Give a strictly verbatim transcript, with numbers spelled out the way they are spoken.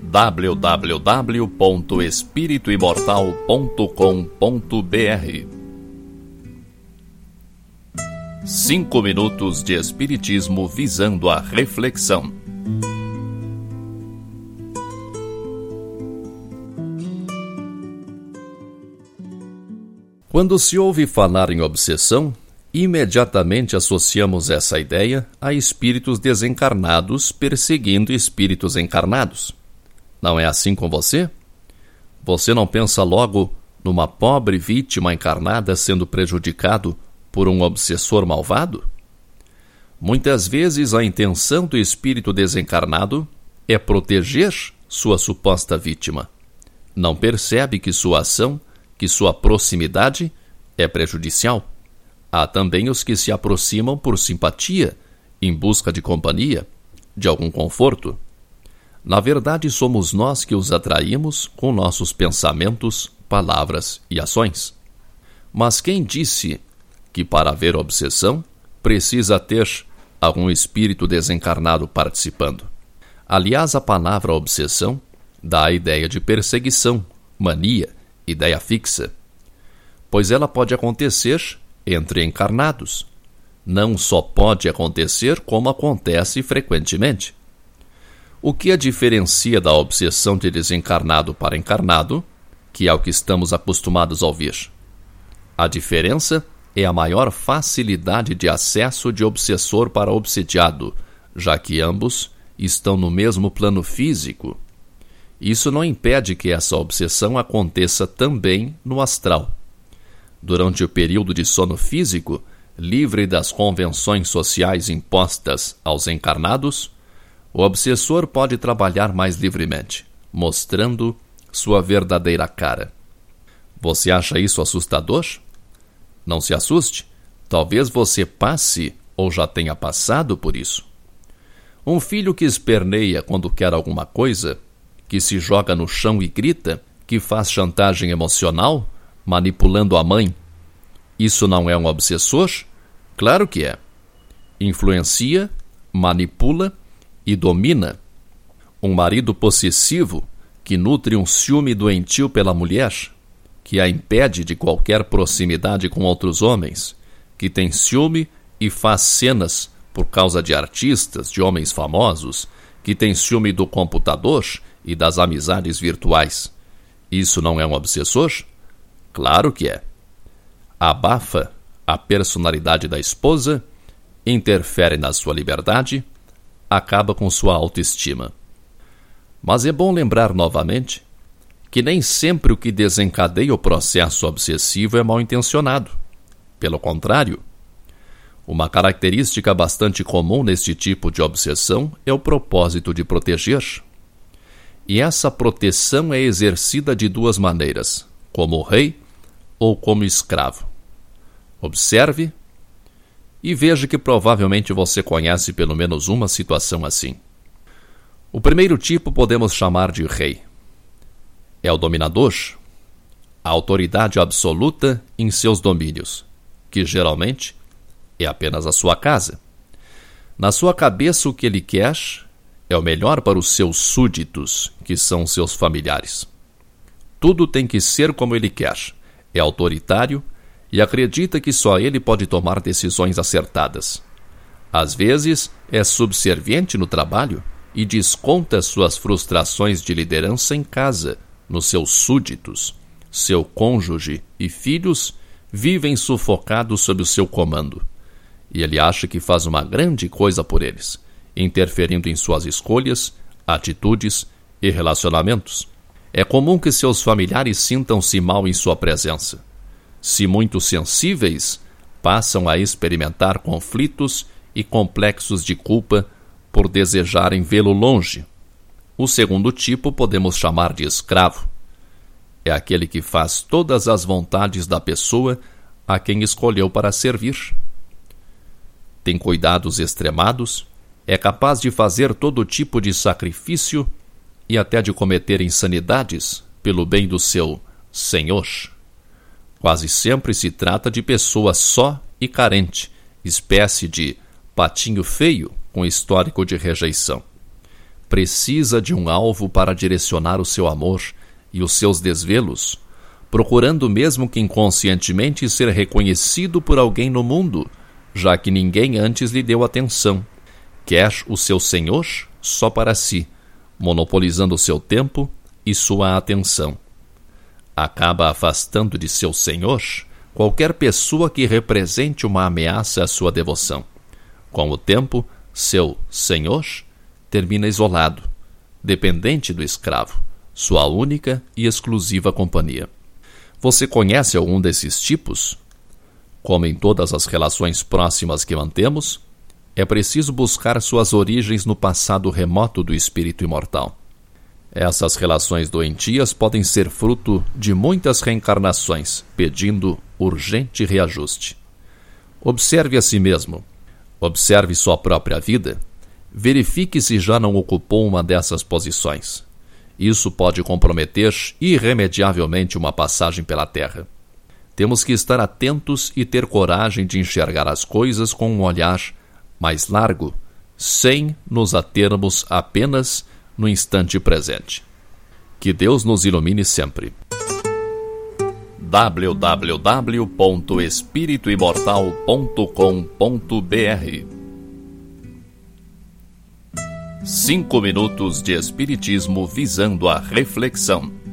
w w w ponto espírito imortal ponto com ponto b r. Cinco minutos de espiritismo visando a reflexão. Quando se ouve falar em obsessão, imediatamente associamos essa ideia a espíritos desencarnados perseguindo espíritos encarnados. Não é assim com você? Você não pensa logo numa pobre vítima encarnada sendo prejudicado por um obsessor malvado? Muitas vezes a intenção do espírito desencarnado é proteger sua suposta vítima. Não percebe que sua ação, que sua proximidade é prejudicial. Há também os que se aproximam por simpatia, em busca de companhia, de algum conforto. Na verdade, somos nós que os atraímos com nossos pensamentos, palavras e ações. Mas quem disse que para haver obsessão precisa ter algum espírito desencarnado participando? Aliás, a palavra obsessão dá a ideia de perseguição, mania, ideia fixa, pois ela pode acontecer entre encarnados. Não só pode acontecer, como acontece frequentemente. O que a diferencia da obsessão de desencarnado para encarnado, que é o que estamos acostumados a ouvir? A diferença é a maior facilidade de acesso de obsessor para obsediado, já que ambos estão no mesmo plano físico. Isso não impede que essa obsessão aconteça também no astral. Durante o período de sono físico, livre das convenções sociais impostas aos encarnados, o obsessor pode trabalhar mais livremente, mostrando sua verdadeira cara. Você acha isso assustador? Não se assuste, talvez você passe ou já tenha passado por isso. Um filho que esperneia quando quer alguma coisa, que se joga no chão e grita, que faz chantagem emocional, manipulando a mãe. Isso não é um obsessor? Claro que é. Influencia, manipula e domina. Um marido possessivo que nutre um ciúme doentio pela mulher, que a impede de qualquer proximidade com outros homens, que tem ciúme e faz cenas por causa de artistas, de homens famosos, que tem ciúme do computador e das amizades virtuais. Isso não é um obsessor? Claro que é. Abafa a personalidade da esposa, interfere na sua liberdade, acaba com sua autoestima. Mas é bom lembrar novamente que nem sempre o que desencadeia o processo obsessivo é mal intencionado. Pelo contrário, uma característica bastante comum neste tipo de obsessão é o propósito de proteger. E essa proteção é exercida de duas maneiras, como rei ou como escravo. Observe e veja que provavelmente você conhece pelo menos uma situação assim. O primeiro tipo podemos chamar de rei. É o dominador, a autoridade absoluta em seus domínios, que geralmente é apenas a sua casa. Na sua cabeça, o que ele quer é o melhor para os seus súditos, que são seus familiares. Tudo tem que ser como ele quer. É autoritário e acredita que só ele pode tomar decisões acertadas. Às vezes, é subserviente no trabalho e desconta suas frustrações de liderança em casa, nos seus súditos. Seu cônjuge e filhos vivem sufocados sob o seu comando. E ele acha que faz uma grande coisa por eles, interferindo em suas escolhas, atitudes e relacionamentos. É comum que seus familiares sintam-se mal em sua presença. Se muito sensíveis, passam a experimentar conflitos e complexos de culpa por desejarem vê-lo longe. O segundo tipo podemos chamar de escravo. É aquele que faz todas as vontades da pessoa a quem escolheu para servir. Tem cuidados extremados, é capaz de fazer todo tipo de sacrifício e até de cometer insanidades pelo bem do seu senhor. Quase sempre se trata de pessoa só e carente, espécie de patinho feio com histórico de rejeição. precisa de um alvo para direcionar o seu amor e os seus desvelos, procurando mesmo que inconscientemente ser reconhecido por alguém no mundo, já que ninguém antes lhe deu atenção. Quer o seu senhor só para si, monopolizando seu tempo e sua atenção. Acaba afastando de seu senhor qualquer pessoa que represente uma ameaça à sua devoção. Com o tempo, seu senhor termina isolado, dependente do escravo, sua única e exclusiva companhia. Você conhece algum desses tipos? Como em todas as relações próximas que mantemos, é preciso buscar suas origens no passado remoto do espírito imortal. Essas relações doentias podem ser fruto de muitas reencarnações, pedindo urgente reajuste. Observe a si mesmo. Observe sua própria vida. Verifique se já não ocupou uma dessas posições. Isso pode comprometer irremediavelmente uma passagem pela Terra. Temos que estar atentos e ter coragem de enxergar as coisas com um olhar mais largo, sem nos atermos apenas no instante presente. Que Deus nos ilumine sempre. w w w ponto espírito imortal ponto com ponto b r Cinco minutos de espiritismo visando a reflexão.